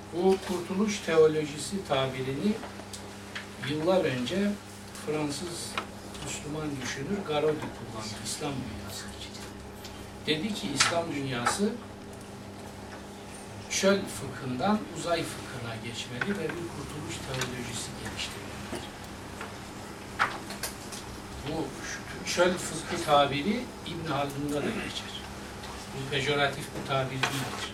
Bu kurtuluş teolojisi tabirini yıllar önce Fransız Müslüman düşünür Garodi kullandı İslam dünyası için. Dedi ki İslam dünyası çöl fıkhından uzay fıkhına geçmeli ve bir kurtuluş teolojisi geliştirmelidir. Bu çöl fıkhı tabiri İbn Haldun'da da geçer. Bu pejoratif bir tabir değildir.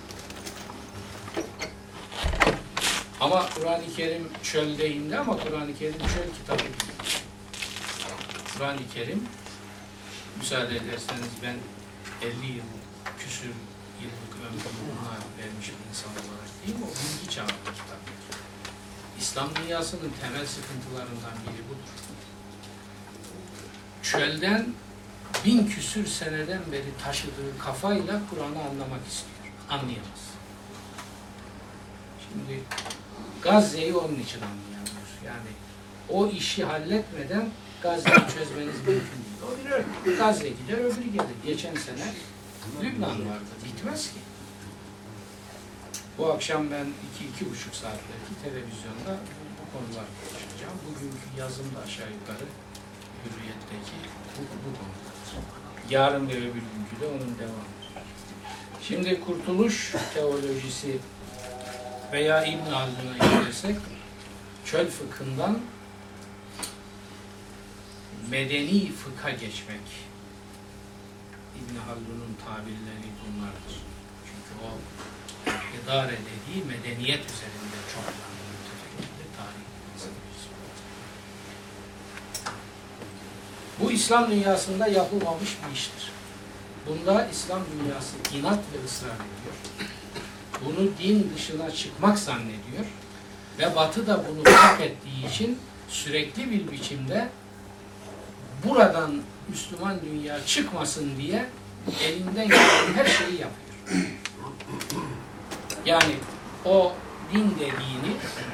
Ama Kur'an-ı Kerim çölde indi ama Kur'an-ı Kerim çöl kitabı değil. Kur'an-ı Kerim, müsaade ederseniz ben 50 yıl, küsür yıllık ömrümü buna vermiş bir insan olarak değil mi? O bilgi çağında kitaptır. İslam dünyasının temel sıkıntılarından biri budur. Çölden 1000 küsür seneden beri taşıdığı kafayla Kur'an'ı anlamak istiyor. Anlayamaz. Şimdi Gazze'yi onun için anlayamıyor. Yani o işi halletmeden Gazze'yi çözmeniz mümkün değil. O bir örnek. Gazze gider, öbürü gelir. Geçen sene Lübnan vardı. Bitmez ki. Bu akşam ben 2-2,5 saat belki televizyonda bu konular konuşacağım. Bugünkü yazımda aşağı yukarı Hürriyet'teki bu konuda. Yarın ve öbür günkü de onun devamı. Şimdi kurtuluş teolojisi veya İbn Haldun'a gidersek çöl fıkhından medeni fıkha geçmek. İbn Haldun'un tabirleri bunlardır. Çünkü o idare dediği medeniyet üzerinde çok mütefekkir tarih. Bu İslam dünyasında yapılmamış bir iştir. Bunda İslam dünyası inat ve ısrar ediyor. Bunu din dışına çıkmak zannediyor ve Batı da bunu fark ettiği için sürekli bir biçimde buradan Müslüman dünya çıkmasın diye elinden gelen her şeyi yapıyor. Yani o din dediğini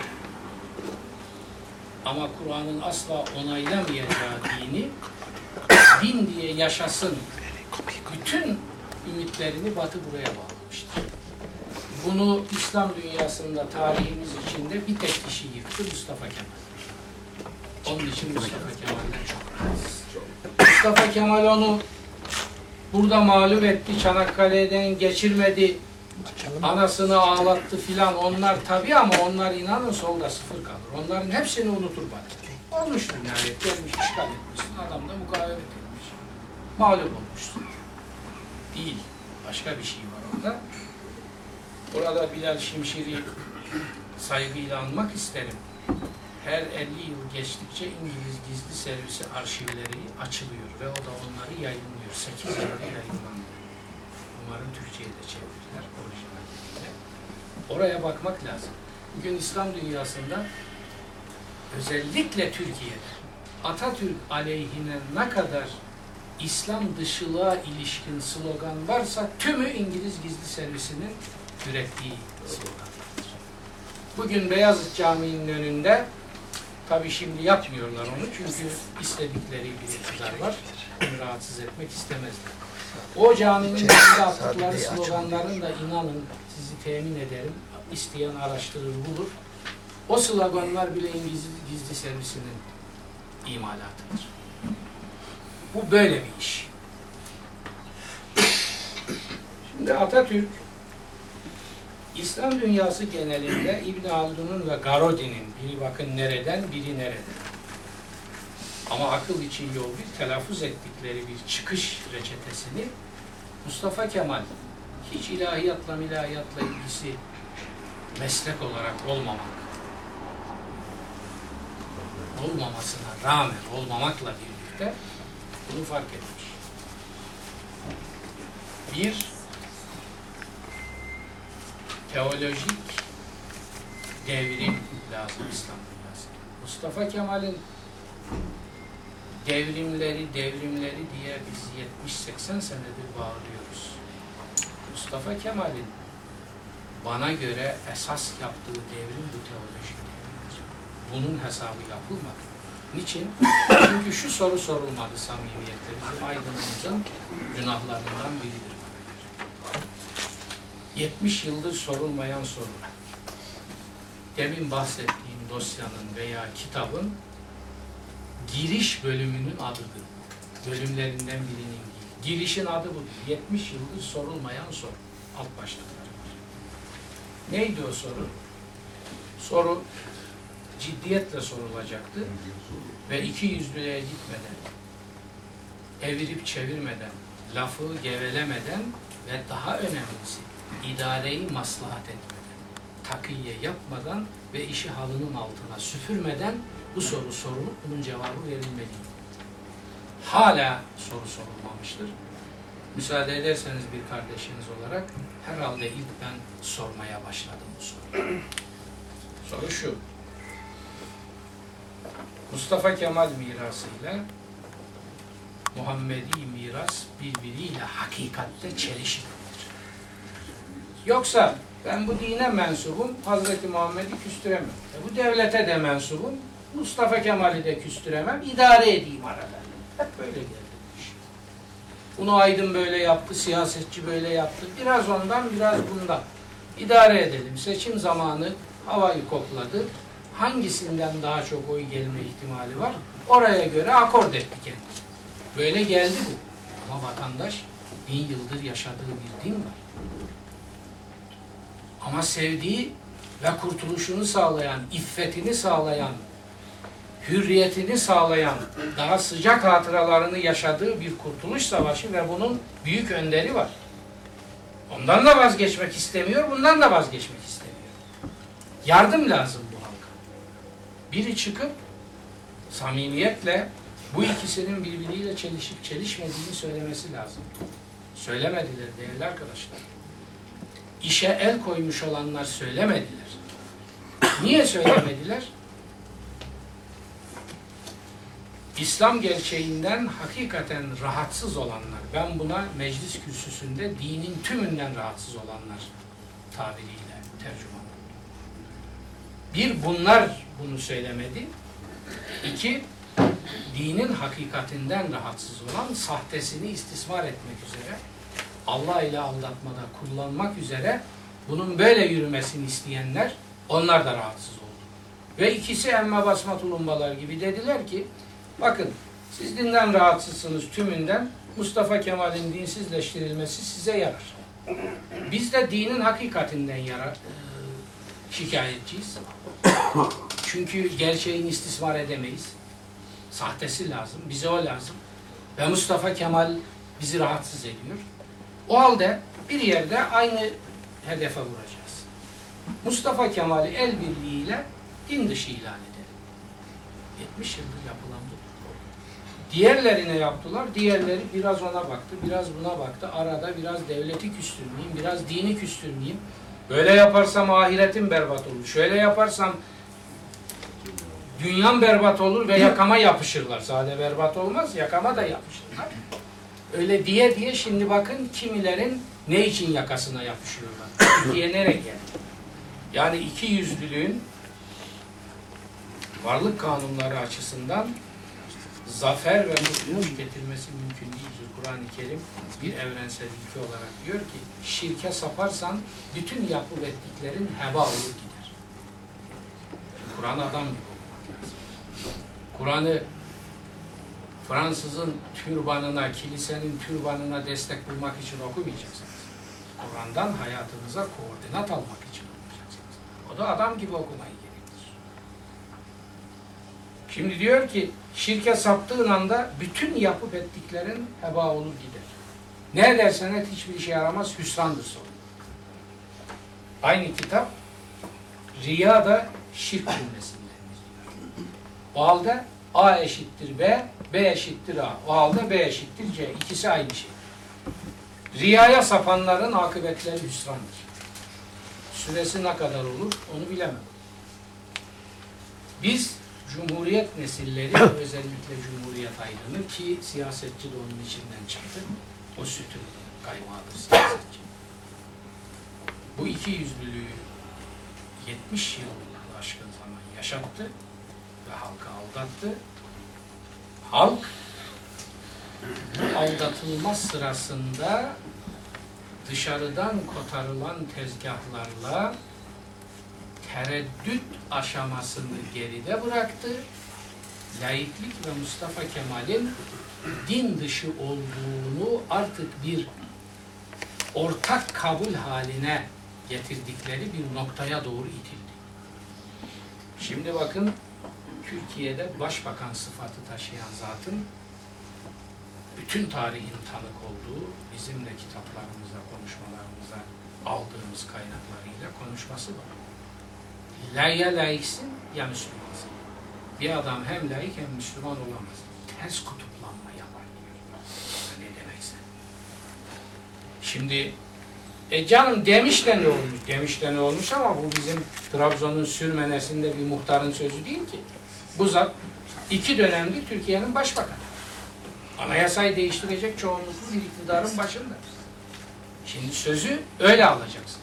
ama Kur'an'ın asla onaylamayacağı dini din diye yaşasın bütün ümitlerini Batı buraya bağlamıştır. Bunu İslam dünyasında tarihimiz içinde bir tek kişi yıktı, Mustafa Kemal. Onun için Mustafa Kemal'den çok rahatsız. Mustafa Kemal onu burada mağlup etti, Çanakkale'den geçirmedi, anasını ağlattı filan. Onlar tabii ama onlar inanın solda sıfır kalır. Onların hepsini unutur Batı. Olmuştur yani, gelmiş işgal etmişsin, adam da mukavemet etmiş. Mağlup olmuştur. Değil, başka bir şey var orada. Orada Bilal Şimşir'i saygıyla anmak isterim. Her 50 yıl geçtikçe İngiliz gizli servisi arşivleri açılıyor ve o da onları yayınlıyor. 8 yılda yayınlandı. Umarım Türkçe'ye de çevirdiler orijinaliyle. Oraya bakmak lazım. Bugün İslam dünyasında özellikle Türkiye'de Atatürk aleyhine ne kadar İslam dışılığa ilişkin slogan varsa tümü İngiliz gizli servisinin ürettiği sloganlardır. Bugün Beyazıt Camii'nin önünde tabii şimdi yapmıyorlar onu çünkü istedikleri bir iktidar var. Onu rahatsız etmek istemezler. O caminin önünde attıkları sloganların da inanın sizi temin ederim isteyen araştırır bulur. O sloganlar bile İngiliz gizli servisinin imalatıdır. Bu böyle bir iş. Şimdi Atatürk İslam dünyası genelinde İbn Haldun'un ve Garodi'nin biri bakın nereden, biri nereden. Ama akıl için yol bir telaffuz ettikleri bir çıkış reçetesini Mustafa Kemal hiç ilahiyatla ilgisi meslek olarak olmamasına rağmen olmamakla birlikte bunu fark etmiş. Bir teolojik devrim lazım İslam dünyasında. Mustafa Kemal'in devrimleri diye biz 70-80 senedir bağırıyoruz. Mustafa Kemal'in bana göre esas yaptığı devrim bu teolojik devrimdir. Bunun hesabı yapılmadı. Niçin? Çünkü şu soru sorulmadı samimiyetle. Bizim aydınımızın günahlarından biridir. 70 yıldır sorulmayan soru. demin bahsettiğim dosyanın veya kitabın giriş bölümünün adıdır. Bölümlerinden birinin değil. Girişin adı bu. 70 yıldır sorulmayan soru. Alt başlıkları var. Neydi o soru? Soru ciddiyetle sorulacaktı ve iki yüzlülüğe gitmeden, evirip çevirmeden, lafı gevelemeden ve daha önemlisi idareyi maslahat etmeden, takiye yapmadan ve işi halının altına süpürmeden bu soru sorulup bunun cevabı verilmeliydi. Hala soru sorulmamıştır. Müsaade ederseniz bir kardeşiniz olarak herhalde ilk ben sormaya başladım bu soruyu. Soru şu. Mustafa Kemal mirasıyla Muhammedi miras birbiriyle hakikatte çelişir. Yoksa ben bu dine mensubum, Hazreti Muhammed'i küstüremem. Bu devlete de mensubum, Mustafa Kemal'i de küstüremem, idare edeyim arada. Hep böyle geldi bu iş. Bunu aydın böyle yaptı, siyasetçi böyle yaptı. Biraz ondan, biraz bundan. İdare edelim. Seçim zamanı havayı kokladı. Hangisinden daha çok oy gelme ihtimali var? Oraya göre akord etti kendini. Böyle geldi bu. Ama vatandaş 1000 yıldır yaşadığı bir din var. Ama sevdiği ve kurtuluşunu sağlayan, iffetini sağlayan, hürriyetini sağlayan, daha sıcak hatıralarını yaşadığı bir kurtuluş savaşı ve bunun büyük önderi var. Ondan da vazgeçmek istemiyor, bundan da vazgeçmek istemiyor. Yardım lazım bu halka. Biri çıkıp samimiyetle bu ikisinin birbiriyle çelişip çelişmediğini söylemesi lazım. Söylemediler değerli arkadaşlar. İşe el koymuş olanlar söylemediler. Niye söylemediler? İslam gerçeğinden hakikaten rahatsız olanlar, ben buna meclis kürsüsünde dinin tümünden rahatsız olanlar tabiriyle tercüman. Bir, bunlar bunu söylemedi. İki, dinin hakikatinden rahatsız olan, sahtesini istismar etmek üzere, Allah ile aldatmada kullanmak üzere bunun böyle yürümesini isteyenler, onlar da rahatsız oldu. Ve ikisi emme basma tulumbalar gibi dediler ki, bakın siz dinden rahatsızsınız tümünden, Mustafa Kemal'in dinsizleştirilmesi size yarar. Biz de dinin hakikatinden şikayetçiyiz. Çünkü gerçeğini istismar edemeyiz. Sahtesi lazım, bize o lazım. Ve Mustafa Kemal bizi rahatsız ediyor. O halde bir yerde aynı hedefe vuracağız. Mustafa Kemal'i el birliğiyle din dışı ilan edelim. 70 yıldır yapılan bu. Diğerlerine yaptılar. Diğerleri biraz ona baktı, biraz buna baktı. Arada biraz devleti küstürmeyeyim, biraz dini küstürmeyeyim. Böyle yaparsam ahiretim berbat olur. Şöyle yaparsam dünyam berbat olur ve yakama yapışırlar. Sade berbat olmaz, yakama da yapışırlar. Öyle diye şimdi bakın kimilerin ne için yakasına yapışıyorlar. Türkiye nereye geldi? Yani iki yüzlülüğün varlık kanunları açısından zafer ve mutluluk getirmesi mümkün değildir. Kur'an-ı Kerim bir evrensel ilke olarak diyor ki şirke saparsan bütün yapıp ettiklerin heba olur gider. Kur'an adam gibi okumak lazım. Kur'an'ı Fransızın türbanına, kilisenin türbanına destek bulmak için okumayacaksınız. Kur'an'dan hayatınıza koordinat almak için okuyacaksınız. O da adam gibi okumayı gerektirir. Şimdi diyor ki, şirke saptığın anda bütün yapıp ettiklerin heba olur gider. Ne edersen et hiçbir işe yaramaz, hüsrandır sonra. Aynı kitap, riya da şirk cümlesinden diyor. O halde A eşittir B, B eşittir A. O halde B eşittir C. İkisi aynı şey. Riyaya sapanların akıbetleri hüsrandır. Süresi ne kadar olur onu bilemem. Biz Cumhuriyet nesilleri, özellikle Cumhuriyet aydını ki siyasetçi de onun içinden çıktı. O sütün kaymağıdır siyasetçi. Bu iki yüzlülüğü 70 yıl aşkın zaman yaşattı ve halkı aldattı. Halk bu aldatılma sırasında dışarıdan kotarılan tezgahlarla tereddüt aşamasını geride bıraktı. Laiklik ve Mustafa Kemal'in din dışı olduğunu artık bir ortak kabul haline getirdikleri bir noktaya doğru itildi. Şimdi bakın, Türkiye'de başbakan sıfatı taşıyan zatın bütün tarihin tanık olduğu, bizim de kitaplarımızda, konuşmalarımızda aldığımız kaynaklarıyla konuşması var. Ya laiksin ya Müslümansın. Bir adam hem laik hem Müslüman olamaz. Ters kutuplanma yapar diyor. Ne demekse. Şimdi canım demiş de ne olmuş? Demiş de ne olmuş ama bu bizim Trabzon'un Sürmenesi'nde bir muhtarın sözü değil ki. Bu zat 2 dönemdir Türkiye'nin başbakanı. Anayasayı değiştirecek çoğunluklu bir iktidarın başında. Şimdi sözü öyle alacaksınız.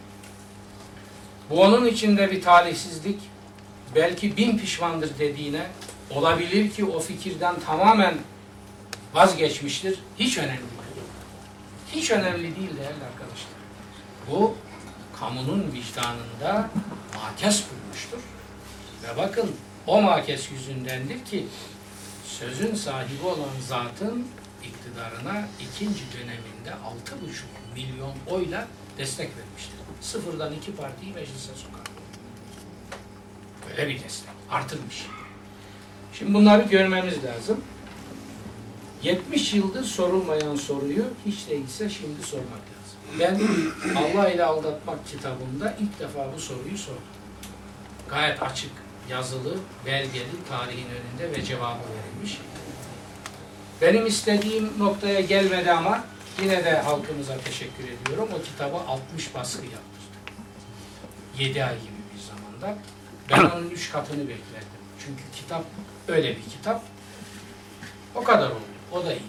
Bu onun içinde bir talihsizlik, belki 1000 pişmandır dediğine, olabilir ki o fikirden tamamen vazgeçmiştir. Hiç önemli değil. Hiç önemli değil değerli arkadaşlar. Bu kamunun vicdanında makes kurmuştur. Ve bakın, o makes yüzündendir ki sözün sahibi olan zatın iktidarına 2. döneminde 6,5 milyon oyla destek vermiştir. Sıfırdan 2 partiyi meclise sokar. Böyle bir destek. Artırmış. Şimdi bunları görmemiz lazım. 70 yıldır sorulmayan soruyu hiç değilse şimdi sormak lazım. Ben Allah ile Aldatmak kitabımda ilk defa bu soruyu sordum. Gayet açık, yazılı, belgeli, tarihin önünde ve cevabı verilmiş. Benim istediğim noktaya gelmedi ama yine de halkımıza teşekkür ediyorum. O kitabı 60 baskı yaptırdı. 7 ay gibi bir zamanda. Ben onun 3 katını beklerdim. Çünkü kitap öyle bir kitap. O kadar oldu. O da iyi.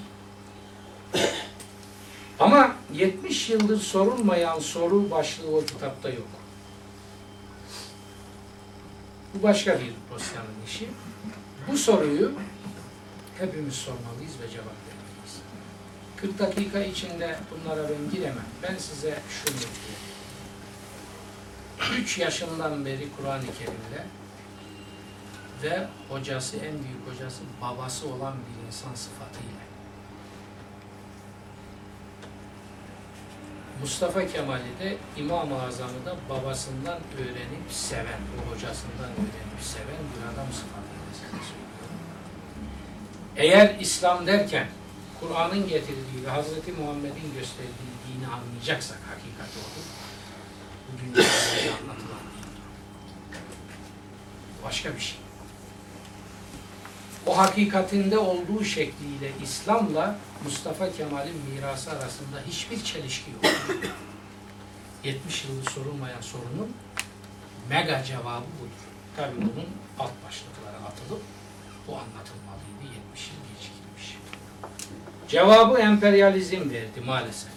Ama 70 yıldır sorulmayan soru başlığı o kitapta yok. Bu başka bir dosyanın işi. Bu soruyu hepimiz sormalıyız ve cevap vermeliyiz. 40 dakika içinde bunlara ben giremem. Ben size şunu diyeyim. 3 yaşından beri Kur'an-ı Kerim'de ve hocası, en büyük hocası, babası olan bir insan sıfatıyla Mustafa Kemal'i de, İmam-ı Azam'ı da babasından öğrenip seven, o hocasından öğrenip seven bir adam sıfatıyla size söylüyorum. Eğer İslam derken Kur'an'ın getirdiği ve Hz. Muhammed'in gösterdiği dini anlayacaksak hakikat olur. Bugün de anlatılan değil. Başka bir şey. O hakikatinde olduğu şekliyle İslam'la Mustafa Kemal'in mirası arasında hiçbir çelişki yok. 70 yıldır sorulmayan sorunun mega cevabı budur. Tabii bunun alt başlıkları atılıp bu anlatılmalıydı. 70 yıl gecikilmiş. Cevabı emperyalizm verdi maalesef.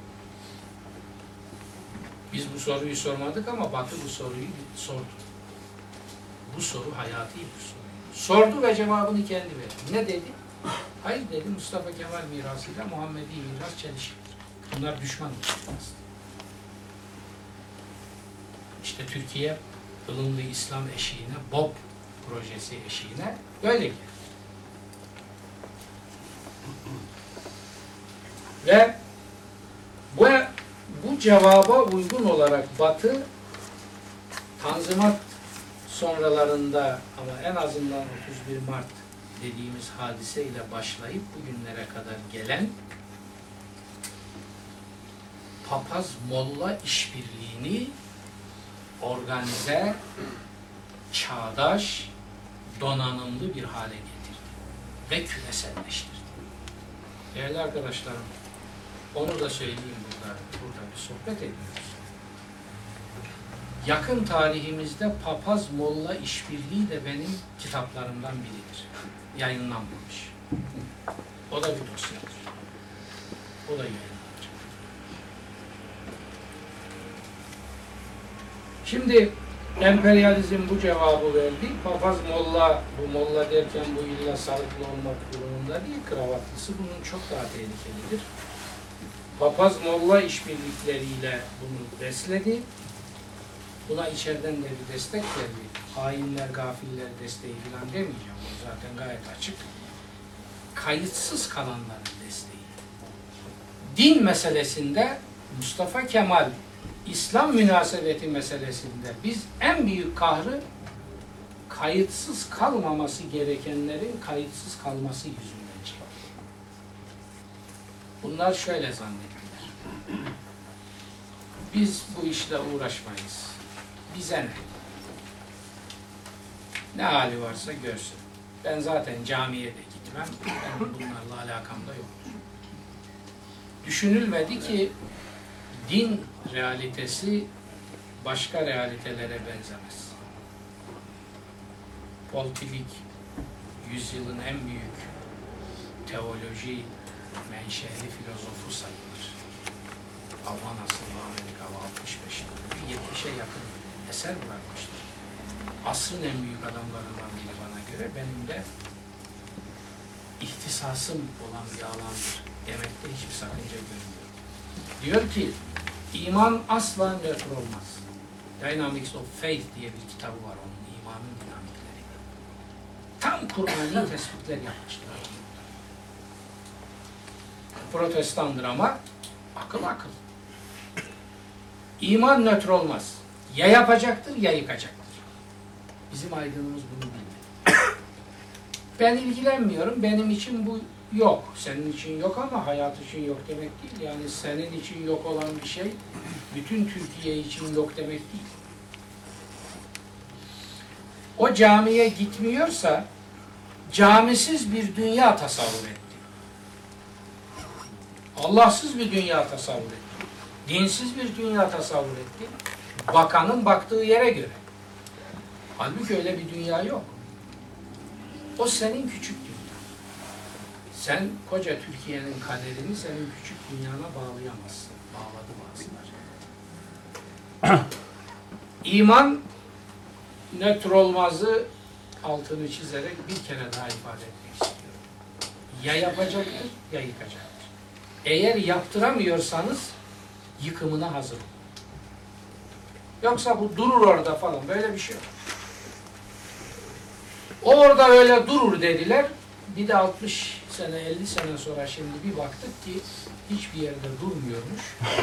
Biz bu soruyu sormadık ama Batı bu soruyu sordu. Bu soru hayati bir soru. Sordu ve cevabını kendi verdi. Ne dedi? Hayır dedi, Mustafa Kemal mirasıyla Muhammedi miras çelişir. Bunlar düşman ilişkiler. İşte Türkiye ılımlı İslam eşiğine, BOP projesi eşiğine böyle geldi. Ve bu cevaba uygun olarak Batı Tanzimat sonralarında ama en azından 31 Mart dediğimiz hadiseyle başlayıp bugünlere kadar gelen papaz-molla işbirliğini organize, çağdaş, donanımlı bir hale getirdi ve küreselleştirdi. Değerli arkadaşlarım, onu da söyleyeyim burada bir sohbet ediyoruz. Yakın tarihimizde papaz-molla işbirliği de benim kitaplarımdan biridir. Yayınlanmamış. O da bir dosyadır. O da yayınlanacak. Şimdi emperyalizm bu cevabı verdi. Papaz-molla, bu molla derken bu illa sağlıklı olmak durumunda değil, kravatlısı bunun çok daha tehlikelidir. Papaz-molla işbirlikleriyle bunu besledi. Buna içeriden de bir destek geldi. Hainler, gafiller desteği falan demeyeceğim. Bu zaten gayet açık. Kayıtsız kalanların desteği. Din meselesinde Mustafa Kemal, İslam münasebeti meselesinde biz en büyük kahrı kayıtsız kalmaması gerekenlerin kayıtsız kalması yüzünden çekti. Bunlar şöyle zannettiler. Biz bu işle uğraşmayız. Bize ne? Ne hali varsa görsün. Ben zaten camiye de gitmem. Benim bunlarla alakam da yoktur. Düşünülmedi ki din realitesi başka realitelere benzemez. Paul Tillich, yüzyılın en büyük teoloji menşeli filozofu sayılır. Alman asıllı Amerikalı 65 yılında 70'e yakın eser bırakmıştır. Asrın en büyük adamlarından biri bana göre, benim de ihtisasım olan bir alandır demekte hiçbir sakınca görmüyorum. Diyor ki, iman asla nötr olmaz. Dynamics of Faith diye bir kitabı var onun, imanın dinamikleri. Tam Kur'an'ı tespitler yapmışlar. Protestandır ama akıl akıl. İman nötr olmaz. Ya yapacaktır ya yıkacaktır. Bizim aydınımız bunu bildi. Ben ilgilenmiyorum, benim için bu yok. Senin için yok ama hayat için yok demek değil. Yani senin için yok olan bir şey, bütün Türkiye için yok demek değil. O camiye gitmiyorsa, camisiz bir dünya tasavvur etti. Allahsız bir dünya tasavvur etti. Dinsiz bir dünya tasavvur etti. Bakanın baktığı yere göre. Halbuki öyle bir dünya yok. O senin küçük dünya. Sen koca Türkiye'nin kaderini senin küçük dünyana bağlayamazsın. Bağladı bazıları. İman nötr olmazı altını çizerek bir kere daha ifade etmek istiyorum. Ya yapacaktır ya yıkacaktır. Eğer yaptıramıyorsanız yıkımına hazır olun. Yoksa bu durur orada falan, böyle bir şey yok. O orada öyle durur dediler. Bir de 60 sene, 50 sene sonra şimdi bir baktık ki hiçbir yerde durmuyormuş.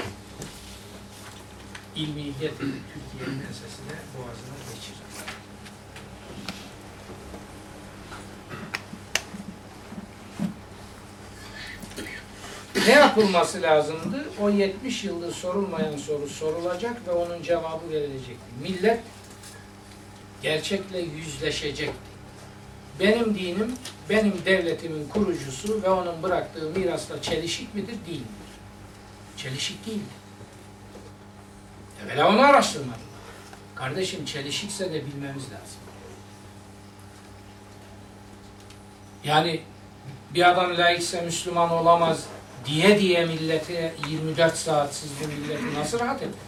İlmi getirip Türkiye'nin ensesine, boğazına geçirir. Ne yapılması lazımdı? O 70 yıldır sorulmayan soru sorulacak ve onun cevabı verilecekti. Millet gerçekle yüzleşecekti. Benim dinim, benim devletimin kurucusu ve onun bıraktığı mirasla çelişik midir? Değil midir? Çelişik değildir. Evvela onu araştırmadılar. Kardeşim çelişikse de bilmemiz lazım. Yani bir adam laikse Müslüman olamaz diye millete 24 saat siz bu milleti nasıl rahat ettirecek?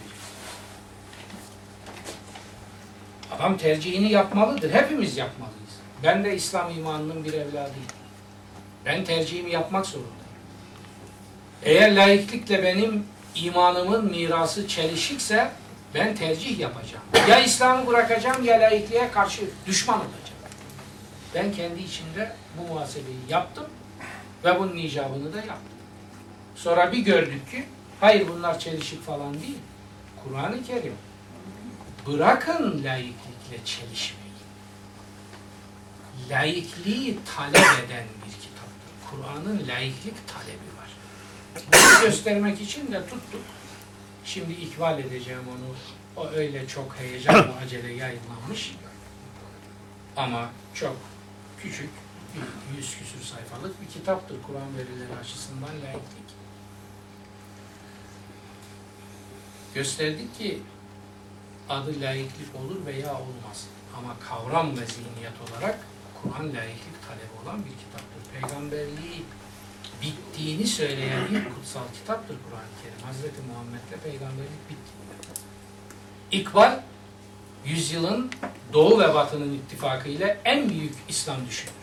Adam tercihini yapmalıdır. Hepimiz yapmalıyız. Ben de İslam imanının bir evladıyım. Ben tercihimi yapmak zorundayım. Eğer laiklikle benim imanımın mirası çelişikse ben tercih yapacağım. Ya İslam'ı bırakacağım ya laikliğe karşı düşman olacağım. Ben kendi içimde bu muhasebeyi yaptım ve bunun icabını da yaptım. Sonra bir gördük ki hayır bunlar çelişik falan değil. Kur'an-ı Kerim bırakın laiklikle çelişmeyi. Laikliği talep eden bir kitaptır. Kur'an'ın laiklik talebi var. Bunu göstermek için de tuttuk. Şimdi ikbal edeceğim onu. O öyle çok heyecanla acele yayınlanmış. Ama çok küçük, 100 küsur sayfalık bir kitaptır Kur'an verileri açısından laiklik. Gösterdik ki adı laiklik olur veya olmaz. Ama kavram ve zihniyet olarak Kur'an laiklik talebi olan bir kitaptır. Peygamberliği bittiğini söyleyen ilk kutsal kitaptır Kur'an-ı Kerim. Hazreti Muhammed'le peygamberlik bitti. İkbal, yüzyılın Doğu ve Batı'nın ittifakıyla en büyük İslam düşünürü.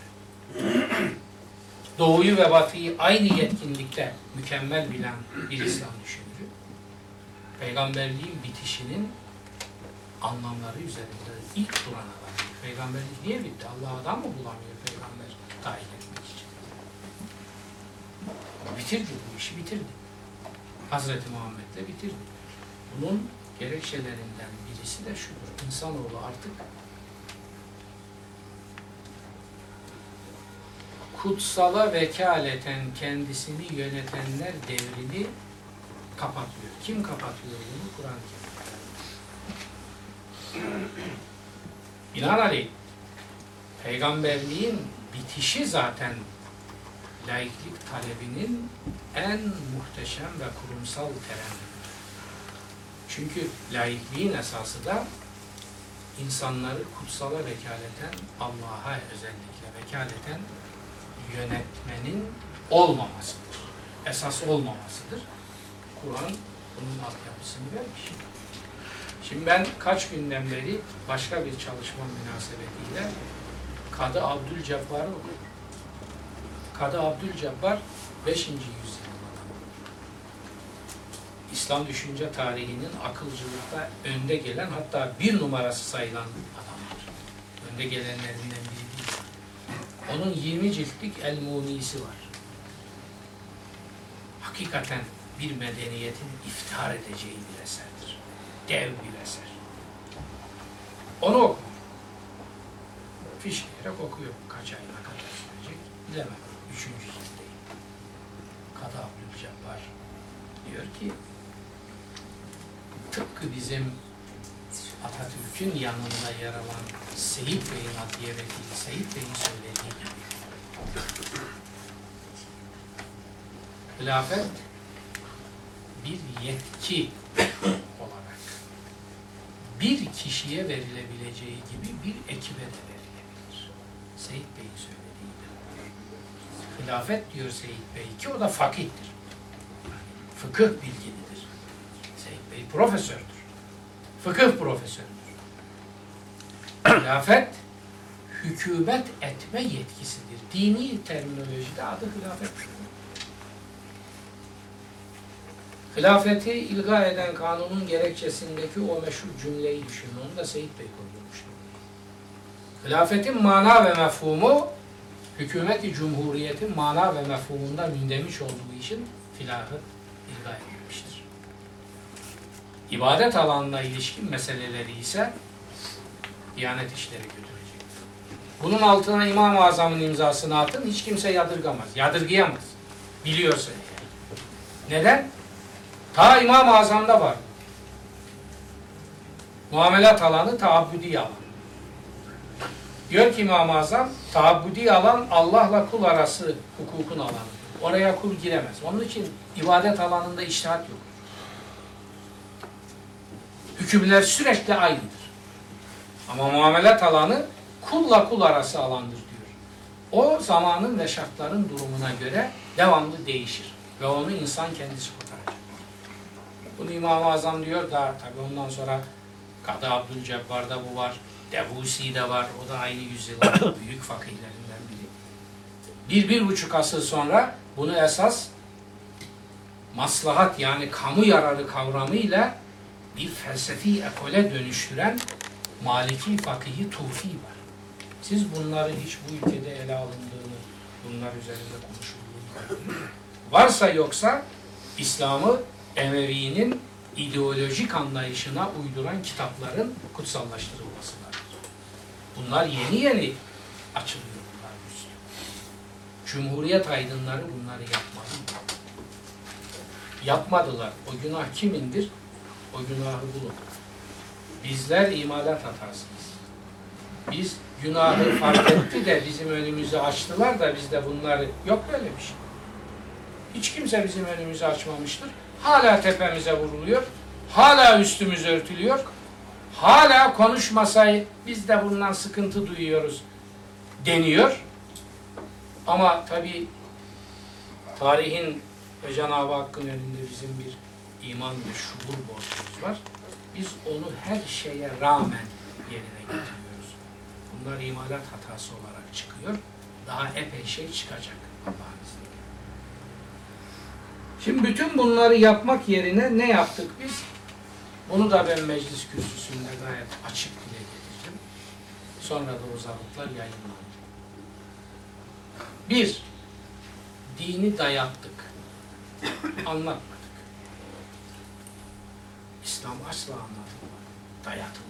Doğu'yu ve Batı'yı aynı yetkinlikte mükemmel bilen bir İslam düşünürü. Peygamberliğin bitişinin anlamları üzerinde ilk duran adam. Peygamberlik niye bitti? Allah adam mı bulamıyor peygamber tayin etmek için? Bitirdi, bu işi bitirdi. Hazreti Muhammed'le bitirdi. Bunun gerekçelerinden birisi de şudur. İnsanoğlu artık kutsala vekaleten kendisini yönetenler devrini kapatıyor. Kim kapatıyor bunu? Kur'an-ı Kerim. Binaenaleyh peygamberliğin bitişi zaten laiklik talebinin en muhteşem ve kurumsal terennümüdür. Çünkü laikliğin esası da insanları kutsala vekaleten, Allah'a özellikle vekaleten yönetmenin olmamasıdır. Esas olmamasıdır. Kur'an bunun altyapısını vermiş. Şimdi ben kaç günden beri başka bir çalışma münasebetiyle Kadı Abdülcebbar'ı okudum. Kadı Abdülcebbar 5. yüzyılın adamı. İslam düşünce tarihinin akılcılıkta önde gelen, hatta bir numarası sayılan adamdır. Önde gelenlerinden biri değil. Onun 20 ciltlik El-Muni'si var. Hakikaten bir medeniyetin iftihar edeceği bir eserdir. Dev bir eser. Onu oku. Fişleyerek okuyor. Kaç ay ne kadar sürecek bilemem. 3. ciltteyim. Kadı Abdülcebbar diyor ki tıpkı bizim Atatürk'ün yanında yer alan Seyit Bey'in adliye vekili Seyit Bey'in söylediği gibi hilafet bir yetki olarak bir kişiye verilebileceği gibi bir ekibe de verilebilir. Seyit Bey'in söylediği gibi. Hilafet diyor Seyit Bey ki o da fakihtir. Fıkıh bilgilidir. Seyit Bey profesördür. Fıkıh profesörüdür. Hilafet hükümet etme yetkisidir. Dini terminolojide adı hilafettir. Hilafeti ilga eden kanunun gerekçesindeki o meşhur cümleyi düşünün. Onu da Seyit Bey koydurmuştur. Hilafetin mana ve mefhumu hükümeti cumhuriyetin mana ve mefhumunda mündemiş olduğu için filahı ilga edilmiştir. İbadet alanına ilişkin meseleleri ise Diyanet İşleri götürecek. Bunun altına İmam-ı Azam'ın imzasını atın, hiç kimse yadırgamaz. Yadırgayamaz. Biliyorsa. Neden? Ta İmam-ı Azam'da var. Muamelat alanı taabbüdi alan. Diyor ki İmam-ı Azam, taabbüdi alan Allah'la kul arası hukukun alanı. Oraya kul giremez. Onun için ibadet alanında içtihat yok. Hükümler sürekli aynıdır. Ama muamelat alanı kulla kul arası alandır diyor. O zamanın ve şartların durumuna göre devamlı değişir. Ve onu insan kendisi kurtaracak. Bunu İmam-ı Azam diyor da tabi ondan sonra Kadı Abdülcebbar'da bu var. Debusi'de var. O da aynı yüzyılın büyük fakihlerinden biri. 1-1,5 asır sonra bunu esas maslahat yani kamu yararı kavramıyla bir felsefi ekole dönüştüren Maliki fakihi Tufi var. Siz bunları hiç bu ülkede ele alındığını, bunlar üzerinde konuşulduğunu varsa yoksa İslam'ı Emevi'nin ideolojik anlayışına uyduran kitapların kutsallaştırılması lazım. Bunlar yeni yeni açılıyor bunlar üstü. Cumhuriyet aydınları bunları yapmadı. Yapmadılar. O günah kimindir? O günahı bulun. Bizler imalat hatasıyız. Biz günahı fark etti de bizim önümüzü açtılar da biz de bunları yok böyle bir şey. Hiç kimse bizim önümüzü açmamıştır. Hala tepemize vuruluyor. Hala üstümüz örtülüyor. Hala konuşmasayı biz de bundan sıkıntı duyuyoruz deniyor. Ama tabii tarihin ve Cenab-ı Hakk'ın önünde bizim bir iman ve şuur borcumuz var. Biz onu her şeye rağmen yerine getiriyoruz. Bunlar imalat hatası olarak çıkıyor. Daha epey şey çıkacak Allah'ın izniyle. Şimdi bütün bunları yapmak yerine ne yaptık biz? Onu da ben meclis kürsüsünde gayet açık dile getirdim. Sonra da o zabıtlar yayınlandı. Bir, dini dayattık. Anlatmadık. İslam asla anlatılmadı. Dayatıldı.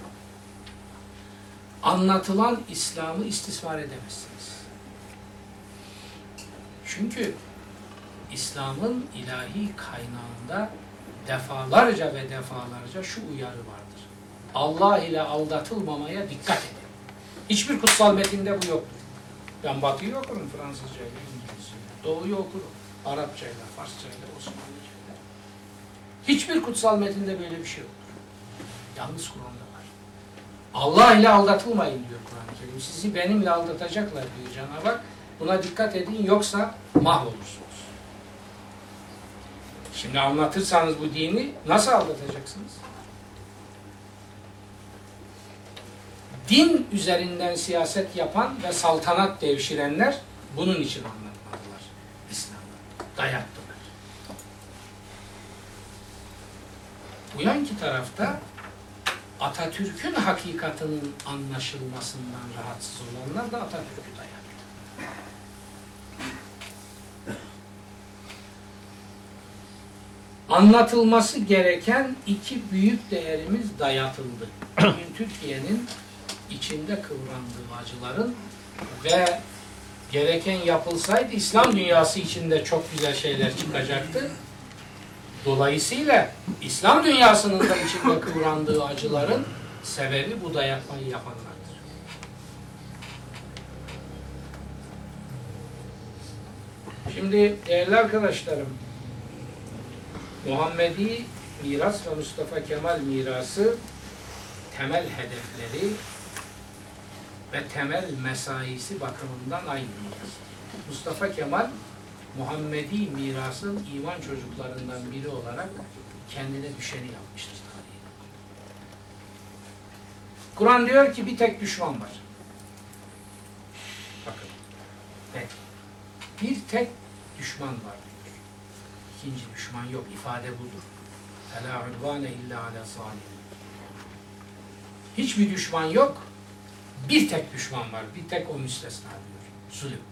Anlatılan İslam'ı istismar edemezsiniz. Çünkü İslam'ın ilahi kaynağında defalarca ve defalarca şu uyarı vardır. Allah ile aldatılmamaya dikkat edin. Hiçbir kutsal metinde bu yoktur. Ben Batı'yı okurum Fransızca ile, İngilizce ile. Doğu'yu okurum. Arapça ile, Farsça ile, Osmanlıca ile. Hiçbir kutsal metinde böyle bir şey yoktur. Yalnız Kur'an'da var. Allah ile aldatılmayın diyor Kur'an-ı Kerim. Sizi benimle aldatacaklar diyor Cenab-ı Hak. Buna dikkat edin yoksa mahvolursunuz. Şimdi anlatırsanız bu dini nasıl aldatacaksınız? Din üzerinden siyaset yapan ve saltanat devşirenler bunun için anlatmadılar İslam'ı. Dayattılar. Bu yanki tarafta Atatürk'ün hakikatinin anlaşılmasından rahatsız olanlar da Atatürk'ü dayattı. Anlatılması gereken iki büyük değerimiz dayatıldı. Bugün Türkiye'nin içinde kıvrandığı acıların ve gereken yapılsaydı İslam dünyası içinde çok güzel şeyler çıkacaktı. Dolayısıyla İslam dünyasının da içinde kıvrandığı acıların sebebi bu dayatmayı yapanlardır. Şimdi değerli arkadaşlarım, Muhammedi miras ve Mustafa Kemal mirası temel hedefleri ve temel mesaisi bakımından aynı miras. Mustafa Kemal Muhammedi mirasın iman çocuklarından biri olarak kendine düşeni yapmıştır tarihi. Kur'an diyor ki bir tek düşman var. Bakın. Evet. Bir tek düşman var diyor. İkinci düşman yok. İfade budur. فَلَا عُدْوَانَ اِلَّا عَلَى ظَالِمٍ. Hiçbir düşman yok. Bir tek düşman var. Bir tek o müstesna diyor. Zulüm.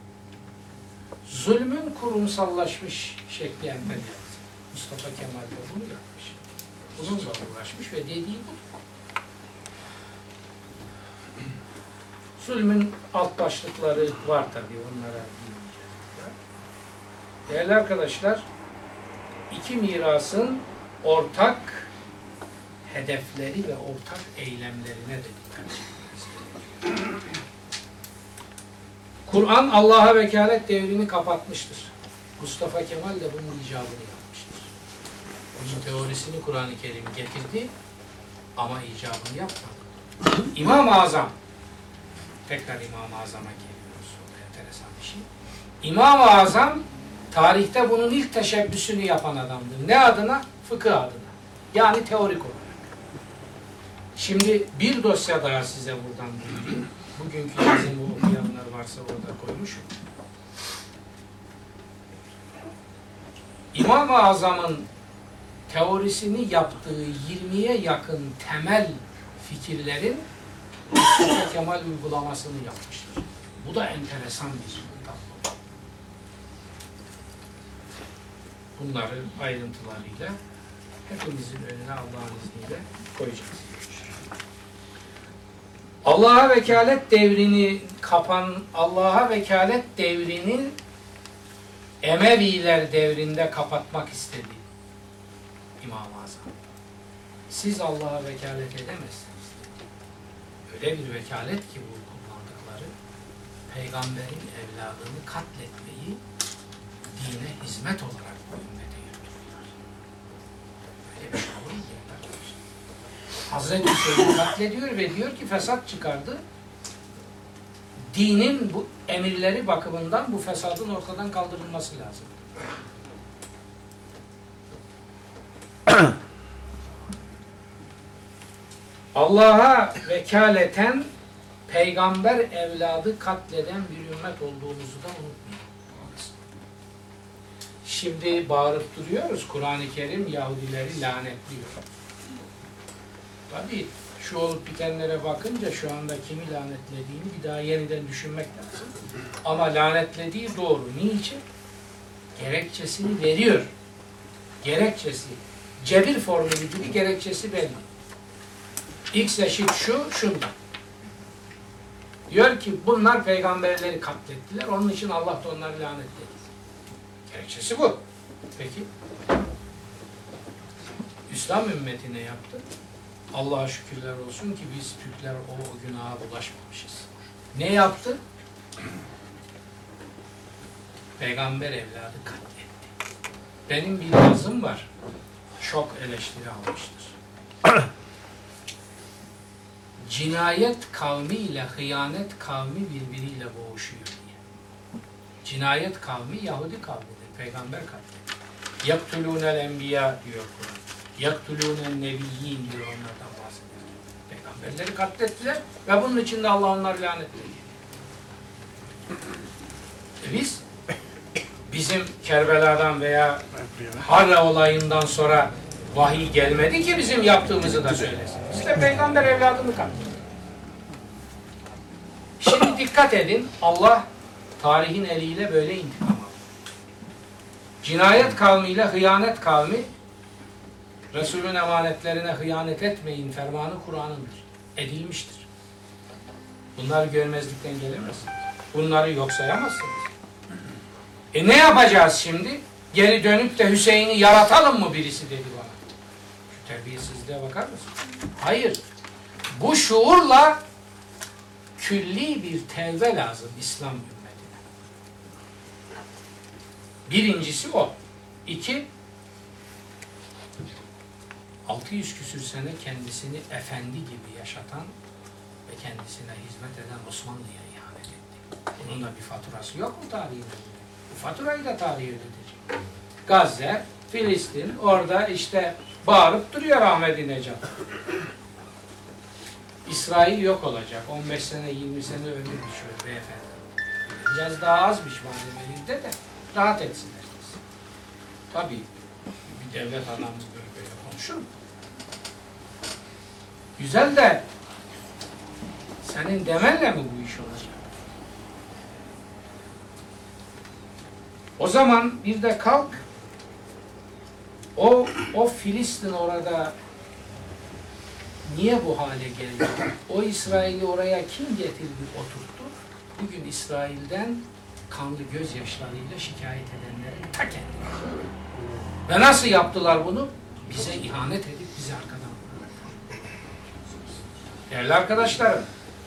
Zulmün kurumsallaşmış şekli emperyalizm. Mustafa Kemal de bunu yapmış. Bununla uğraşmış ve dediği bu. Zulmün alt başlıkları var tabii. Onlara girmeyeceğiz. Değerli arkadaşlar, iki mirasın ortak hedefleri ve ortak eylemlerine de dikkat edilmesi. Kur'an Allah'a vekalet devrini kapatmıştır. Mustafa Kemal de bunun icabını yapmıştır. Onun teorisini Kur'an-ı Kerim getirdi ama icabını yapmadı. İmam-ı Azam, tekrar İmam-ı Azam'a geliyoruz. O da enteresan bir şey. İmam-ı Azam tarihte bunun ilk teşebbüsünü yapan adamdır. Ne adına? Fıkıh adına. Yani teorik olarak. Şimdi bir dosya daha size buradan duyurayım. Bugünkü yazımı okuyanlar varsa orada koymuşum. İmam-ı Azam'ın teorisini yaptığı 20'ye yakın temel fikirlerin Mustafa Kemal uygulamasını yapmıştır. Bu da enteresan bir tablo. Bunları ayrıntılarıyla hepimizin önüne Allah'ın izniyle koyacağız. Allah'a vekalet devrini Allah'a vekalet devrini Emeviler devrinde kapatmak istedi İmam-ı Azam. Siz Allah'a vekalet edemezsiniz. Öyle bir vekalet ki bu kullandıkları peygamberin evladını katletmeyi dine hizmet olarak bu ümmete yürütüyorlar. Öyle bir şey olur mu? Hazreti Hüseyin'i katlediyor ve diyor ki fesat çıkardı. Dinin bu emirleri bakımından bu fesadın ortadan kaldırılması lazım. Allah'a vekaleten peygamber evladı katleden bir ümmet olduğumuzu da unutmayın. Şimdi bağırıp duruyoruz. Kur'an-ı Kerim Yahudileri lanetliyor. Tabii şu olup bitenlere bakınca şu anda kimi lanetlediğini bir daha yeniden düşünmek lazım. Ama lanetlediği doğru. Niçin? Gerekçesini veriyor. Gerekçesi. Cebir formülü gibi gerekçesi belli. X eşit şu, şundan. Diyor ki bunlar peygamberleri katlettiler. Onun için Allah da onları lanetledi. Gerekçesi bu. Peki. İslam ümmeti ne yaptı? Allah'a şükürler olsun ki biz Türkler o günaha bulaşmamışız. Ne yaptı? Peygamber evladı katletti. Benim bir yazım var. Çok eleştiri almıştır. Cinayet kavmiyle hıyanet kavmi birbiriyle boğuşuyor diye. Cinayet kavmi Yahudi kavmidir. Peygamber katletti. Yaktulûnel enbiya diyor Kur'an. Yaktulûnel nebiyyin diyor, onlardan bahsediyor. Peygamberleri katlettiler ve bunun için de Allah onları lanetledi. Bizim Kerbela'dan veya Harra olayından sonra vahiy gelmedi ki bizim yaptığımızı da söylesin. Biz de peygamber evladını katlettik. Şimdi dikkat edin, Allah tarihin eliyle böyle intikam aldı. Cinayet kavmiyle hıyanet kavmi, Resulün emanetlerine hıyanet etmeyin fermanı Kur'an'ındır. Edilmiştir. Bunları görmezlikten gelemezsiniz. Bunları yok sayamazsınız. Ne yapacağız şimdi? Geri dönüp de Hüseyin'i yaratalım mı birisi dedi bana. Şu terbiyesizliğe bakar mısın? Hayır. Bu şuurla külli bir tevbe lazım İslam ümmetine. Birincisi o. 2, 600 küsür sene kendisini efendi gibi yaşatan ve kendisine hizmet eden Osmanlı'ya ihanet etti. Bunun da bir faturası yok mu tarihinde? Bu faturayı da tarihe ödetecek. Gazze, Filistin, orada işte bağırıp duruyor Ahmet Necat. İsrail yok olacak. 15 sene, 20 sene ömür düşüyor beyefendi. Biraz daha azmış malzemelinde de rahat etsinler. Tabii bir devlet adamı böyle konuşur mu? Güzel de senin demenle mi bu iş olacak? O zaman bir de kalk o Filistin orada niye bu hale geldi? O İsrail'i oraya kim getirdi, oturttu? Bugün İsrail'den kanlı gözyaşlarıyla şikayet edenlerin ta kendileri. Ve nasıl yaptılar bunu? Bize ihanet edip bizi arkadan vurdular. Değerli arkadaşlarım,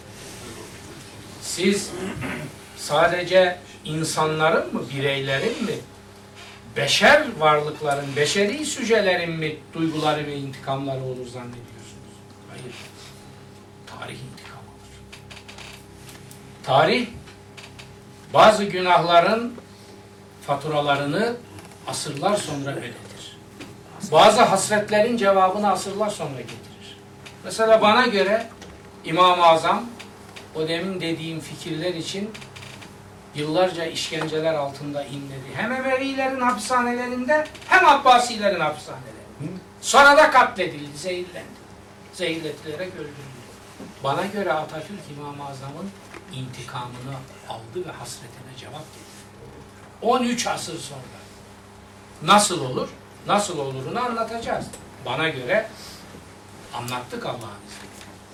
siz sadece insanların mı, bireylerin mi, beşer varlıkların, beşeri sücelerin mi duyguları ve intikamları olur zannediyorsunuz? Hayır. Tarih intikam alır. Tarih, bazı günahların faturalarını asırlar sonra ödetir. Bazı hasretlerin cevabını asırlar sonra getirir. Mesela bana göre İmam-ı Azam o demin dediğim fikirler için yıllarca işkenceler altında inledi. Hem Emevilerin hapishanelerinde hem Abbasilerin hapishanelerinde. Sonra da katledildi, zehirlendi. Zehirletilerek öldürüldü. Bana göre Atatürk İmam-ı Azam'ın intikamını aldı ve hasretine cevap getirdi. 13 asır sonra. Nasıl olur? Nasıl olurunu anlatacağız. Bana göre anlattık Allah'ın izniyle.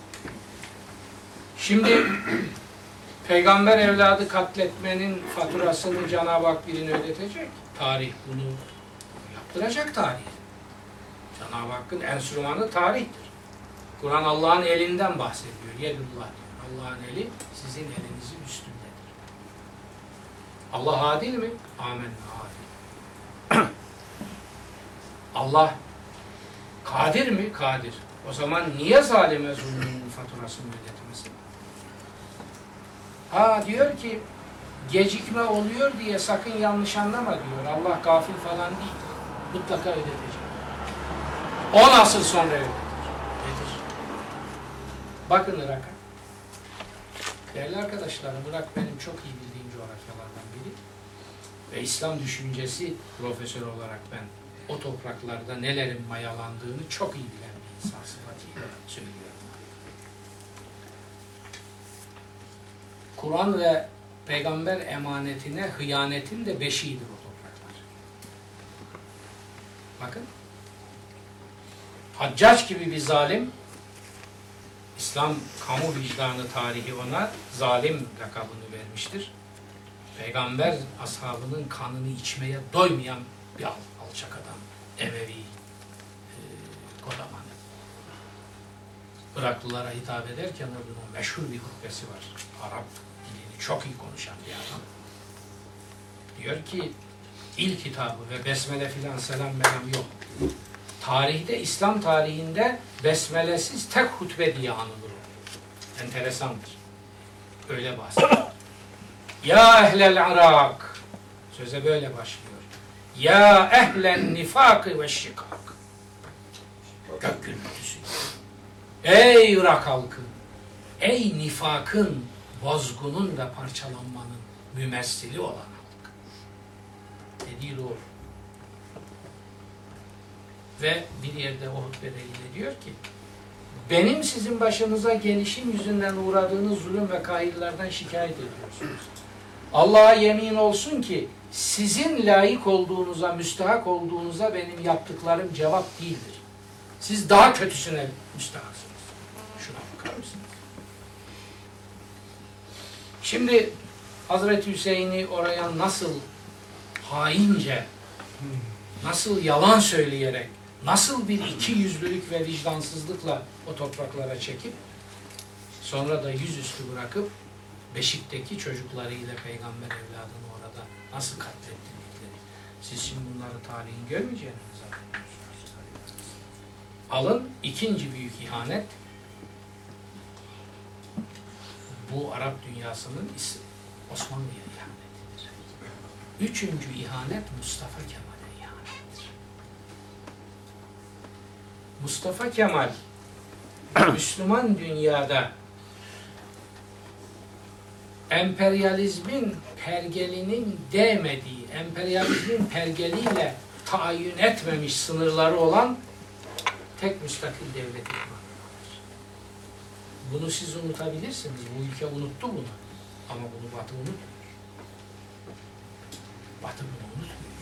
Şimdi peygamber evladı katletmenin faturasını Cenab-ı Hak birine ödetecek. Tarih bunu yaptıracak tarih. Cenab-ı Hakk'ın enstrümanı tarihtir. Kur'an Allah'ın elinden bahsediyor. Yedullah diyor. Allah'ın eli sizin elinizin üstündedir. Allah adil mi? Amenna adil. Allah kadir mi? Kadir. O zaman niye zalime zulmünün faturasını ödetmesin? Diyor ki gecikme oluyor diye sakın yanlış anlama diyor. Allah gafil falan değil. Mutlaka ödetecek. 10 asır sonra ödetir. Bakın Irak'a. Değerli arkadaşlarım, Irak benim çok iyi bildiğim coğrafyalardan biri. Ve İslam düşüncesi profesör olarak ben o topraklarda nelerin mayalandığını çok iyi bilen bir İnsan sıfatıyla söylüyorum. Kur'an ve peygamber emanetine hıyanetin de beşiğidir o topraklar. Bakın. Haccac gibi bir zalim, İslam kamu vicdanı tarihi ona zalim lakabını vermiştir. Peygamber ashabının kanını içmeye doymayan bir alçak adam. Emevi kodamanı. Iraklılara hitap ederken onun meşhur bir hutbesi var. Arap dilini çok iyi konuşan bir adam. Diyor ki ilk kitabı ve besmele filan selam melam yok. Tarihte, İslam tarihinde besmelesiz tek hutbe diye anılır o. Enteresandır. Öyle bahsediyor. Ya ehlel Irak. Söze böyle başlıyor. Ya ehlen nifakı ve şikak. Gök gürültüsü. Ey Irak halkı. Ey nifakın, bozgunun ve parçalanmanın mümessili olan halk. Dediği doğru. Ve bir yerde o hutbede yine diyor ki benim sizin başınıza gelişim yüzünden uğradığınız zulüm ve kahirlerden şikayet ediyorsunuz. Allah'a yemin olsun ki sizin layık olduğunuza, müstahak olduğunuza benim yaptıklarım cevap değildir. Siz daha kötüsüne müstahaksınız. Şuna bakar mısınız? Şimdi Hazreti Hüseyin'i oraya nasıl haince, nasıl yalan söyleyerek, nasıl bir ikiyüzlülük ve vicdansızlıkla o topraklara çekip sonra da yüzüstü bırakıp Beşik'teki çocuklarıyla peygamber evladını orada nasıl katlettirdikleri. Siz şimdi bunları tarihin görmeyeceğinizi zannediyorsunuz. Alın ikinci büyük ihanet bu Arap dünyasının Osmanlı'ya ihanetidir. Üçüncü ihanet Mustafa Kemal'e ihanettir. Mustafa Kemal Müslüman dünyada emperyalizmin pergelinin değmediği, emperyalizmin pergeliyle tayin etmemiş sınırları olan tek müstakil devlet iktidarıdır. Bunu siz unutabilirsiniz. Bu ülke unuttu bunu. Ama bunu Batı unutmuyor. Batı bunu unutmuyor.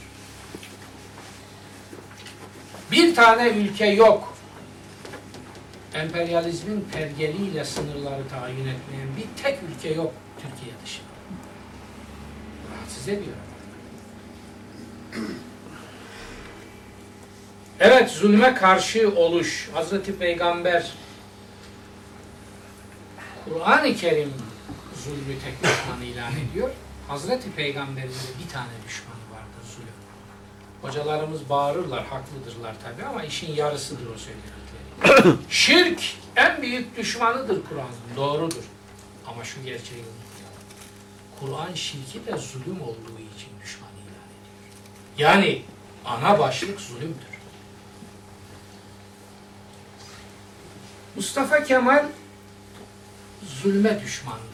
Bir tane ülke yok. Emperyalizmin pergeliyle sınırları tayin etmeyen bir tek ülke yok Türkiye dışında. Rahatsız ediyor. Evet, zulme karşı oluş. Hazreti Peygamber Kur'an-ı Kerim zulmü tek düşman ilan ediyor. Hazreti Peygamber'in de bir tane düşmanı vardır, zulüm. Hocalarımız bağırırlar, haklıdırlar tabii ama işin yarısıdır o söyledikleri. Şirk en büyük düşmanıdır Kur'an'ın, doğrudur. Ama şu gerçeği unutmayalım. Kur'an şirki de zulüm olduğu için düşman ilan ediyor. Yani ana başlık zulümdür. Mustafa Kemal zulme düşmandı.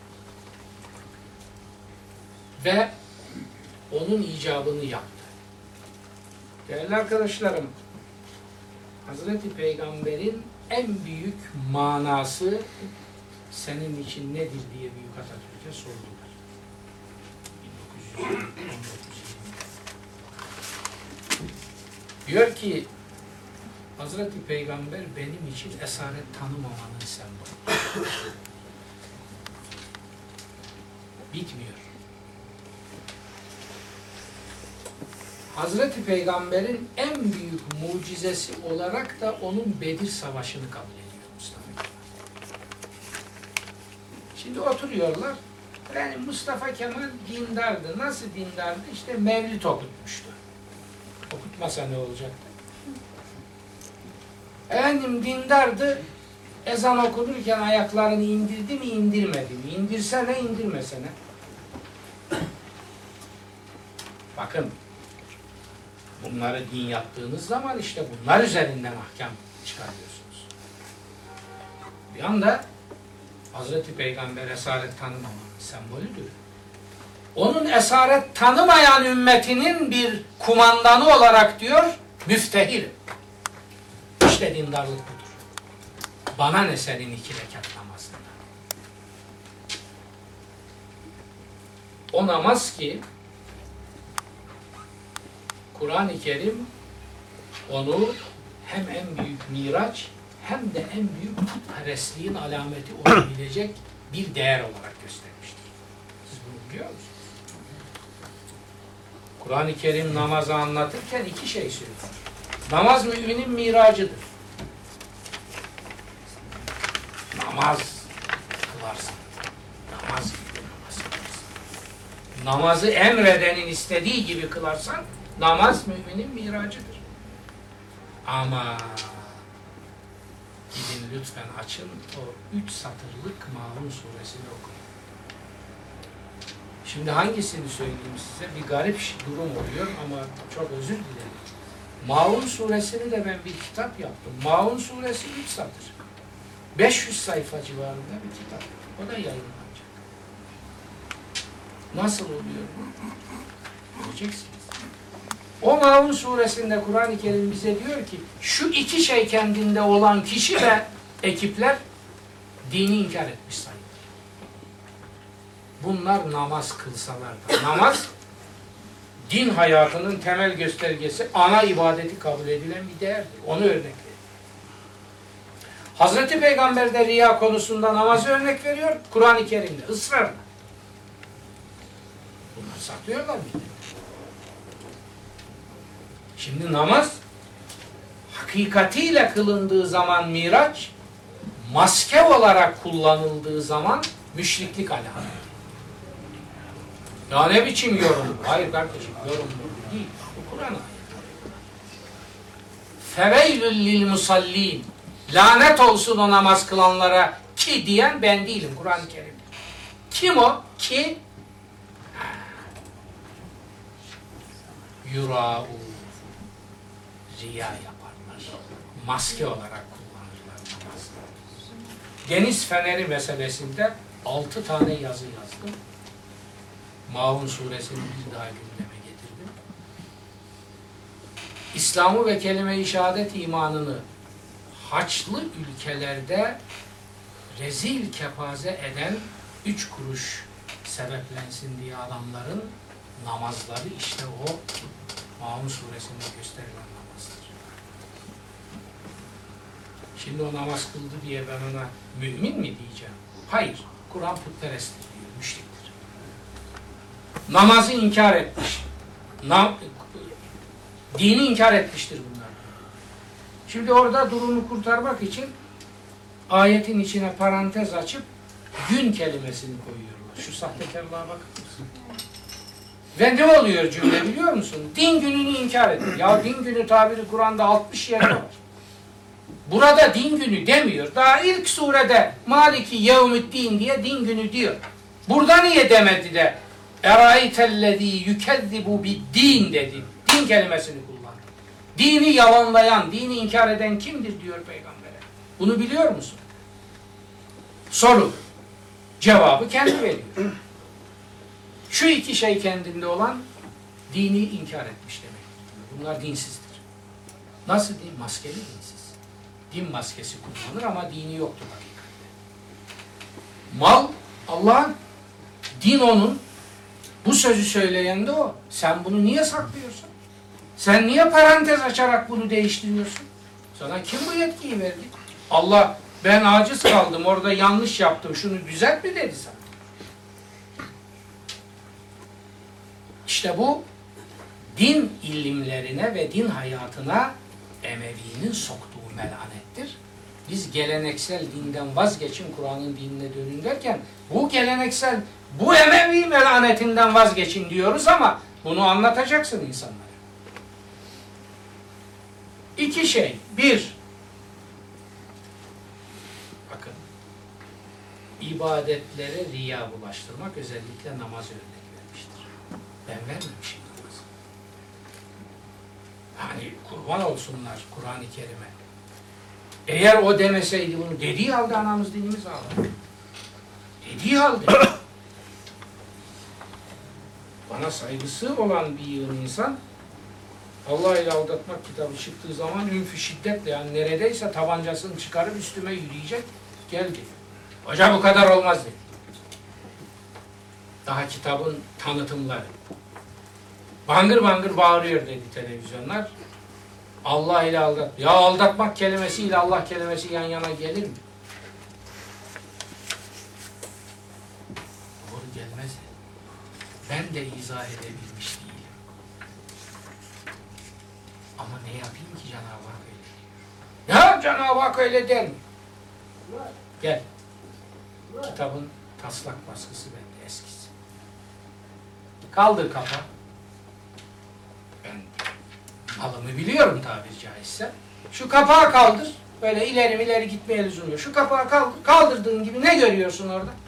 Ve onun icabını yaptı. Değerli arkadaşlarım, Hazreti Peygamber'in en büyük manası senin için nedir diye Büyük Atatürk'e sordular. 1919. Diyor ki Hazreti Peygamber benim için esaret tanımamanın sembolü. Bitmiyor. Hazreti Peygamber'in en büyük mucizesi olarak da onun Bedir Savaşı'nı kabul ediyor Mustafa Kemal. Şimdi oturuyorlar. Yani Mustafa Kemal dindardı. Nasıl dindardı? İşte mevlid okutmuştu. Okutmasa ne olacaktı? Efendim dindardı. Ezan okunurken ayaklarını indirdi mi, indirmedi mi? İndirsene, indirmesene. Bakın, bunları din yaptığınız zaman işte bunlar üzerinden ahkam çıkarıyorsunuz. Bir anda Hazreti Peygamber esaret tanımamanın sembolüdür. Onun esaret tanımayan ümmetinin bir kumandanı olarak diyor, müftehirim. İşte dindarlık budur. Bana ne senin 2 rekat namazından? O namaz ki Kur'an-ı Kerim onu hem en büyük miraç hem de en büyük putperestliğin alameti olabilecek bir değer olarak göstermiştir. Siz bunu biliyor musunuz? Kur'an-ı Kerim namazı anlatırken 2 şey söylüyor. Namaz müminin miracıdır. Namaz kılarsın. Namaz gibi namaz kılarsın. Namazı emredenin istediği gibi kılarsan namaz müminin miracıdır. Ama gidin lütfen açın o 3 satırlık Maun suresini okuyun. Şimdi hangisini söyleyeyim size? Bir garip durum oluyor ama çok özür dilerim. Maun suresini de ben bir kitap yaptım. Maun suresi 3 satır. 500 sayfa civarında bir kitap. O da yayınlanacak. Nasıl oluyor bu? Göreceksiniz. O Maun suresinde Kur'an-ı Kerim bize diyor ki şu 2 şey kendinde olan kişi ve ekipler dini inkar etmiş sayılır. Bunlar namaz kılsalar da. Namaz din hayatının temel göstergesi, ana ibadeti kabul edilen bir değerdir. Onu örnek veriyor. Hazreti Peygamber de riya konusunda namazı örnek veriyor. Kur'an-ı Kerim'de ısrarla. Bunları saklıyorlar bir de. Şimdi namaz hakikatiyle kılındığı zaman miraç, maske olarak kullanıldığı zaman müşriklik alameti. Ya ne biçim yorum? Hayır kardeşim, yorum değil. Bu Kur'an ayeti. Feveylül lil musallin. Lanet olsun o namaz kılanlara ki diyen ben değilim Kur'an-ı Kerim'de. Kim o? Ki yura'u riya yaparlar. Maske olarak kullanırlar namazı. Deniz feneri meselesinde 6 tane yazı yazdım. Maun suresini bir daha gündeme getirdim. İslam'ı ve kelime-i şehadet imanını haçlı ülkelerde rezil kepaze eden 3 kuruş sebeplensin diye adamların namazları işte o Maun suresinde gösterilen namazdır. Şimdi o namaz kıldı diye ben ona mümin mi diyeceğim? Hayır. Kur'an putperesttir diyor, müşriktir. Namazı inkar etmiş. Dini inkar etmiştir bunlar. Şimdi orada durumu kurtarmak için ayetin içine parantez açıp gün kelimesini koyuyorlar. Şu sahtekarlığa bakın. Ve ne oluyor cümle biliyor musun? Din gününü inkar ediyor. Ya din günü tabiri Kur'an'da 60 yerde var. Burada din günü demiyor. Daha ilk surede Maliki Yevmiddin diye din günü diyor. Burada niye demedi de Eraitellezî yükezzibu biddin dedi. Din kelimesini kullandı. Dini yalanlayan, dini inkar eden kimdir diyor Peygamber'e. Bunu biliyor musun? Soru. Cevabı kendi veriyor. Şu 2 şey kendinde olan dini inkar etmiş demek. Bunlar dinsizdir. Nasıl din? Maskeli dinsiz. Din maskesi kullanır ama dini yoktur hakikaten. Mal Allah'ın, din onun. Bu sözü söyleyen de o. Sen bunu niye saklıyorsun? Sen niye parantez açarak bunu değiştiriyorsun? Sana kim bu yetkiyi verdi? Allah ben aciz kaldım, orada yanlış yaptım, şunu düzelt mi dedi sana? İşte bu din ilimlerine ve din hayatına Emevi'nin soktuğu melanettir. Biz geleneksel dinden vazgeçin, Kur'an'ın dinine dönün derken bu geleneksel, bu Emevi melanetinden vazgeçin diyoruz ama bunu anlatacaksın insanlara. 2 şey. 1. Bakın. İbadetlere riya bulaştırmak özellikle namaz örnek vermiştir. Ben vermemişim namazı. Hani kurban olsunlar Kur'an-ı Kerim'e. Eğer o demeseydi bunu dediği halde anamız dinimiz ağlar. Dediği halde bana saygısı olan bir yığın insan Allah ile aldatmak kitabı çıktığı zaman ünfü şiddetle, yani neredeyse tabancasını çıkarıp üstüme yürüyecek geldi. Hoca bu kadar olmaz dedi. Daha kitabın tanıtımları. Bangır bangır bağırıyor dedi televizyonlar. Allah ile aldat. Ya aldatmak kelimesiyle Allah kelimesi yan yana gelir mi? Doğru gelmez. Ben de izah edebilmiş değilim. Ama ne yapayım ki Cenab-ı Hak öyle diyor. Ya Cenab-ı Hak öyle der mi? Gel. Kitabın taslak baskısı bende, eskisi. Kaldır kafa. Ben malımı biliyorum tabiri caizse. Şu kapağı kaldır. Böyle ileri gitmeye lüzum yok. Şu kapağı kaldır. Kaldırdığın gibi ne görüyorsun orada?